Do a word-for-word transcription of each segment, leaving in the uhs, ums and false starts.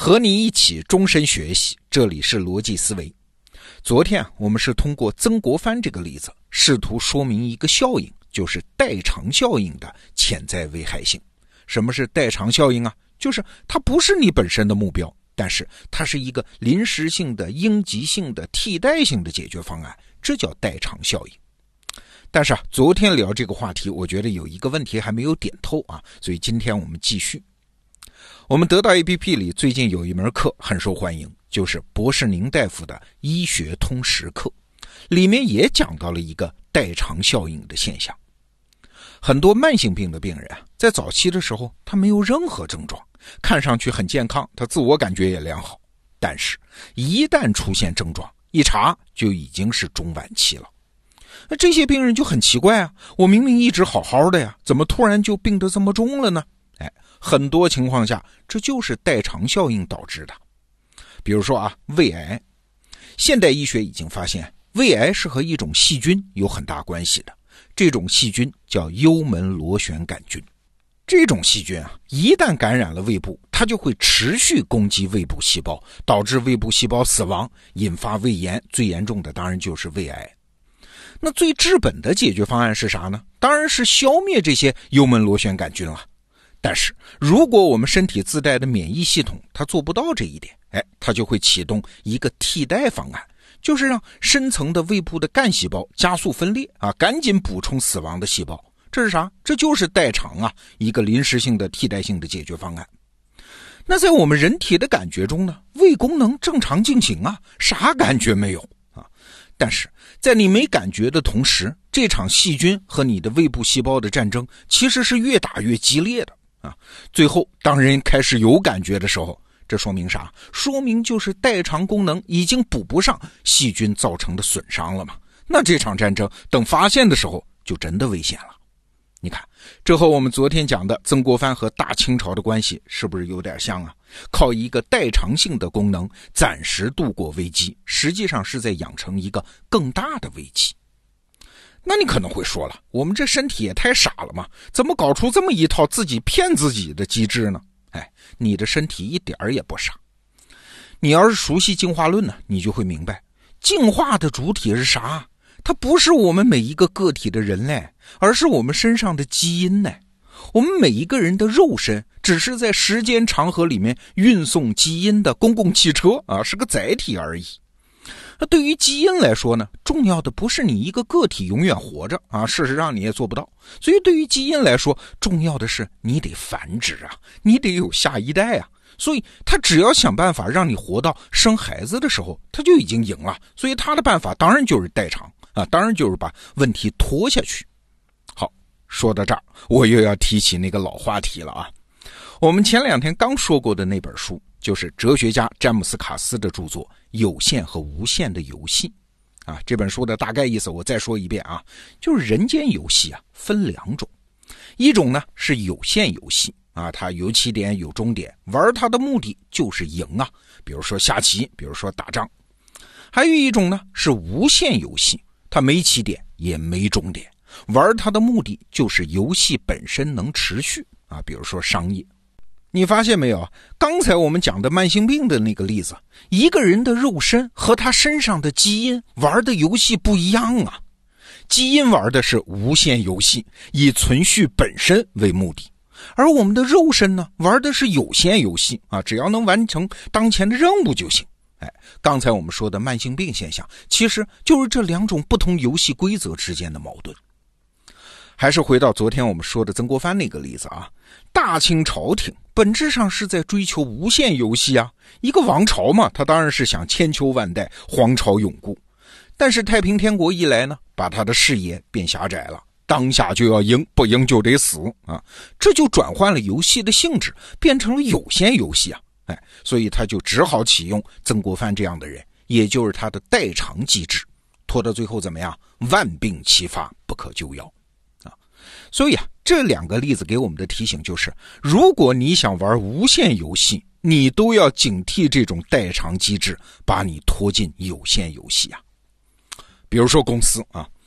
和你一起终身学习，这里是逻辑思维。昨天我们是通过曾国藩这个例子，试图说明一个效应，就是代偿效应的潜在危害性。什么是代偿效应啊？就是它不是你本身的目标，但是它是一个临时性的、应急性的、替代性的解决方案，这叫代偿效应。但是啊，昨天聊这个话题，我觉得有一个问题还没有点透啊，所以今天我们继续。我们得到 A P P 里最近有一门课很受欢迎，就是博士宁大夫的医学通识课，里面也讲到了一个代偿效应的现象。很多慢性病的病人啊，在早期的时候他没有任何症状，看上去很健康，他自我感觉也良好，但是一旦出现症状，一查就已经是中晚期了。那这些病人就很奇怪啊，我明明一直好好的呀，怎么突然就病得这么重了呢？哎，很多情况下这就是代偿效应导致的。比如说啊，胃癌，现代医学已经发现胃癌是和一种细菌有很大关系的，这种细菌叫幽门螺旋杆菌。这种细菌啊，一旦感染了胃部，它就会持续攻击胃部细胞，导致胃部细胞死亡，引发胃炎，最严重的当然就是胃癌。那最治本的解决方案是啥呢？当然是消灭这些幽门螺旋杆菌了。但是如果我们身体自带的免疫系统它做不到这一点，哎，它就会启动一个替代方案，就是让深层的胃部的干细胞加速分裂啊，赶紧补充死亡的细胞。这是啥？这就是代偿啊，一个临时性的替代性的解决方案。那在我们人体的感觉中呢，胃功能正常进行啊，啥感觉没有啊？但是在你没感觉的同时，这场细菌和你的胃部细胞的战争其实是越打越激烈的啊。最后当人开始有感觉的时候，这说明啥？说明就是代偿功能已经补不上细菌造成的损伤了嘛。那这场战争等发现的时候就真的危险了。你看，这和我们昨天讲的曾国藩和大清朝的关系是不是有点像啊？靠一个代偿性的功能暂时度过危机，实际上是在养成一个更大的危机。那你可能会说了，我们这身体也太傻了嘛，怎么搞出这么一套自己骗自己的机制呢？哎，你的身体一点儿也不傻。你要是熟悉进化论呢，你就会明白，进化的主体是啥？它不是我们每一个个体的人类，而是我们身上的基因呢。我们每一个人的肉身只是在时间长河里面运送基因的公共汽车啊，是个载体而已。那对于基因来说呢，重要的不是你一个个体永远活着啊，事实上你也做不到。所以对于基因来说，重要的是你得繁殖啊，你得有下一代啊。所以他只要想办法让你活到生孩子的时候，他就已经赢了。所以他的办法当然就是代偿啊，当然就是把问题拖下去。好，说到这儿，我又要提起那个老话题了啊。我们前两天刚说过的那本书，就是哲学家詹姆斯卡斯的著作《有限和无限的游戏》啊。这本书的大概意思我再说一遍啊，就是人间游戏啊分两种，一种呢是有限游戏啊，它有起点有终点，玩它的目的就是赢啊，比如说下棋，比如说打仗。还有一种呢是无限游戏，它没起点也没终点，玩它的目的就是游戏本身能持续啊，比如说商业。你发现没有，刚才我们讲的慢性病的那个例子，一个人的肉身和他身上的基因玩的游戏不一样啊。基因玩的是无限游戏，以存续本身为目的，而我们的肉身呢，玩的是有限游戏啊，只要能完成当前的任务就行。哎，刚才我们说的慢性病现象，其实就是这两种不同游戏规则之间的矛盾。还是回到昨天我们说的曾国藩那个例子啊，大清朝廷本质上是在追求无限游戏啊，一个王朝嘛，他当然是想千秋万代，皇朝永固。但是太平天国一来呢，把他的视野变狭窄了，当下就要赢，不赢就得死啊，这就转换了游戏的性质，变成了有限游戏啊。哎，所以他就只好启用曾国藩这样的人，也就是他的代偿机制，拖到最后怎么样？万病齐发，不可救药啊！所以啊，这两个例子给我们的提醒就是，如果你想玩无限游戏，你都要警惕这种代偿机制把你拖进有限游戏啊。比如说公司啊，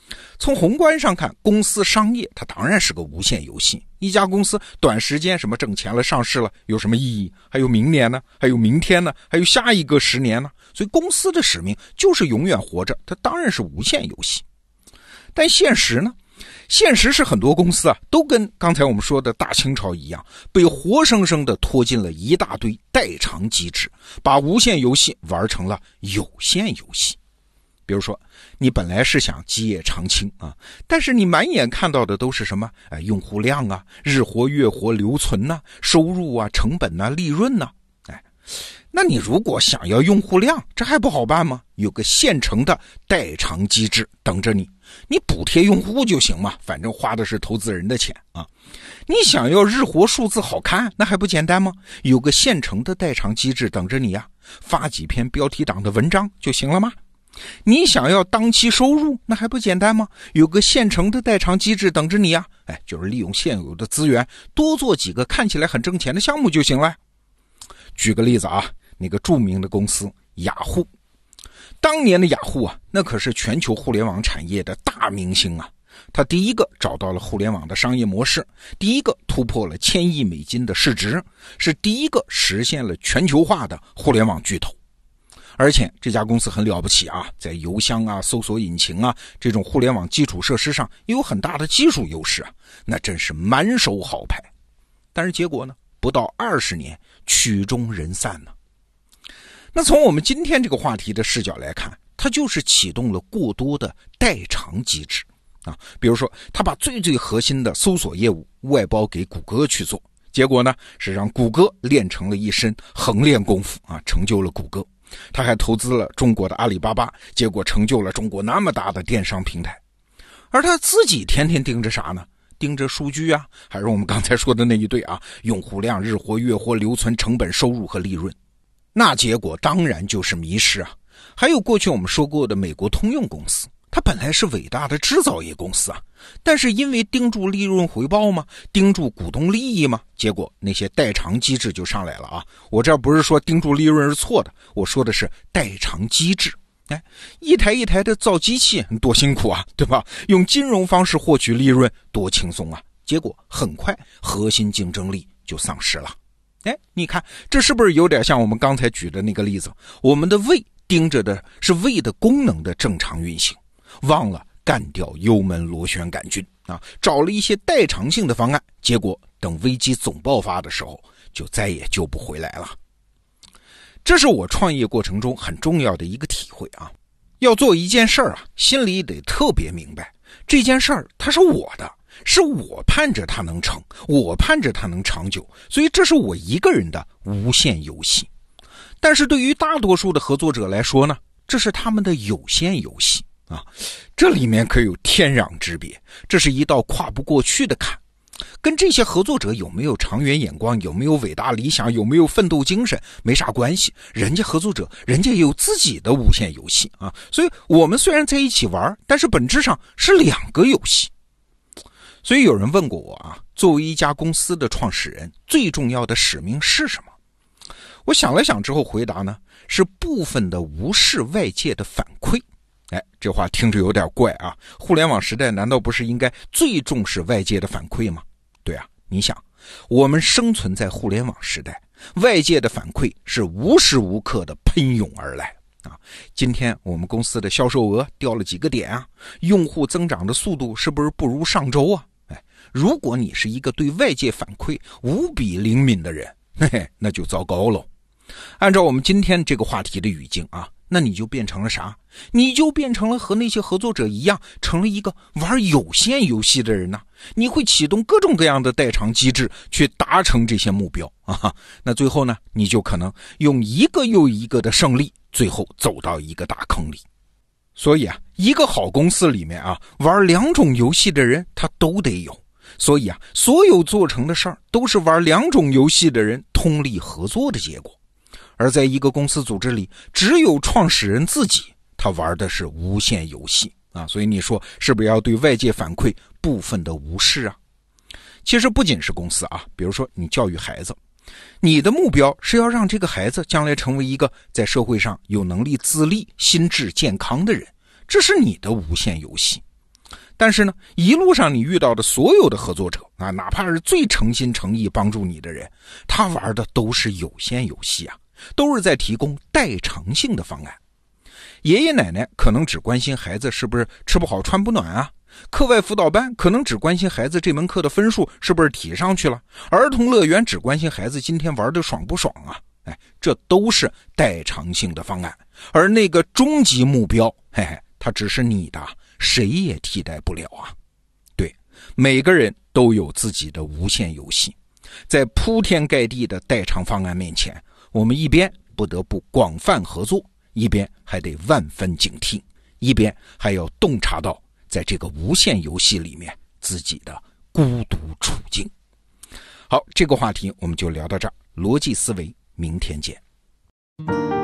从宏观上看，公司商业它当然是个无限游戏。一家公司短时间什么挣钱了上市了有什么意义？还有明年呢？还有明天呢？还有下一个十年呢？所以公司的使命就是永远活着，它当然是无限游戏。但现实呢？现实是很多公司啊都跟刚才我们说的大清朝一样，被活生生的拖进了一大堆代偿机制，把无限游戏玩成了有限游戏。比如说你本来是想基业长青啊，但是你满眼看到的都是什么、哎、用户量啊、日活月活留存呐、啊、收入啊、成本啊、利润呐、啊、哎，那你如果想要用户量，这还不好办吗？有个现成的代偿机制等着你，你补贴用户就行嘛，反正花的是投资人的钱啊。你想要日活数字好看，那还不简单吗？有个现成的代偿机制等着你呀、啊，发几篇标题党的文章就行了吗？你想要当期收入，那还不简单吗？有个现成的代偿机制等着你啊，哎，就是利用现有的资源，多做几个看起来很挣钱的项目就行了。举个例子啊，那个著名的公司雅虎，当年的雅虎啊，那可是全球互联网产业的大明星啊。他第一个找到了互联网的商业模式，第一个突破了千亿美金的市值，是第一个实现了全球化的互联网巨头。而且这家公司很了不起啊，在邮箱啊、搜索引擎啊这种互联网基础设施上也有很大的技术优势啊，那真是满手好牌。但是结果呢，不到二十年曲终人散呢。那从我们今天这个话题的视角来看，它就是启动了过多的代偿机制啊。比如说他把最最核心的搜索业务外包给谷歌去做，结果呢是让谷歌练成了一身横练功夫啊，成就了谷歌。他还投资了中国的阿里巴巴，结果成就了中国那么大的电商平台。而他自己天天盯着啥呢？盯着数据啊，还是我们刚才说的那一对啊，用户量、日活、月活、留存、成本、收入和利润。那结果当然就是迷失啊。还有过去我们说过的美国通用公司，它本来是伟大的制造业公司啊，但是因为盯住利润回报嘛，盯住股东利益嘛，结果那些代偿机制就上来了啊。我这不是说盯住利润是错的，我说的是代偿机制。哎，一台一台的造机器多辛苦啊，对吧？用金融方式获取利润多轻松啊，结果很快核心竞争力就丧失了。哎，你看这是不是有点像我们刚才举的那个例子？我们的胃盯着的是胃的功能的正常运行，忘了干掉幽门螺旋杆菌啊，找了一些代偿性的方案，结果等危机总爆发的时候就再也救不回来了。这是我创业过程中很重要的一个体会啊！要做一件事儿啊，心里得特别明白，这件事儿它是我的，是我盼着它能成，我盼着它能长久，所以这是我一个人的无限游戏。但是对于大多数的合作者来说呢，这是他们的有限游戏啊，这里面可有天壤之别，这是一道跨不过去的坎。跟这些合作者有没有长远眼光，有没有伟大理想，有没有奋斗精神没啥关系，人家合作者人家也有自己的无限游戏啊，所以我们虽然在一起玩，但是本质上是两个游戏。所以有人问过我啊，作为一家公司的创始人，最重要的使命是什么？我想了想之后回答呢，是部分的无视外界的反馈。哎，这话听着有点怪啊！互联网时代难道不是应该最重视外界的反馈吗？对啊，你想，我们生存在互联网时代，外界的反馈是无时无刻的喷涌而来啊！今天我们公司的销售额掉了几个点啊？用户增长的速度是不是不如上周啊？哎，如果你是一个对外界反馈无比灵敏的人，嘿嘿，那就糟糕喽。按照我们今天这个话题的语境啊，那你就变成了啥？你就变成了和那些合作者一样，成了一个玩有限游戏的人呢、啊。你会启动各种各样的代偿机制去达成这些目标啊。那最后呢，你就可能用一个又一个的胜利，最后走到一个大坑里。所以啊，一个好公司里面啊，玩两种游戏的人他都得有。所以啊，所有做成的事儿都是玩两种游戏的人通力合作的结果。而在一个公司组织里，只有创始人自己，他玩的是无限游戏啊！所以你说是不是要对外界反馈部分的无视啊？其实不仅是公司啊，比如说你教育孩子，你的目标是要让这个孩子将来成为一个在社会上有能力自立、心智健康的人，这是你的无限游戏。 但是呢，一路上你遇到的所有的合作者啊，哪怕是最诚心诚意帮助你的人，他玩的都是有限游戏啊，都是在提供代偿性的方案。爷爷奶奶可能只关心孩子是不是吃不好穿不暖啊，课外辅导班可能只关心孩子这门课的分数是不是提上去了，儿童乐园只关心孩子今天玩的爽不爽啊。哎，这都是代偿性的方案，而那个终极目标，嘿嘿，它只是你的，谁也替代不了啊。对，每个人都有自己的无限游戏，在铺天盖地的代偿方案面前，我们一边不得不广泛合作，一边还得万分警惕，一边还要洞察到在这个无限游戏里面自己的孤独处境。好，这个话题我们就聊到这儿，逻辑思维明天见。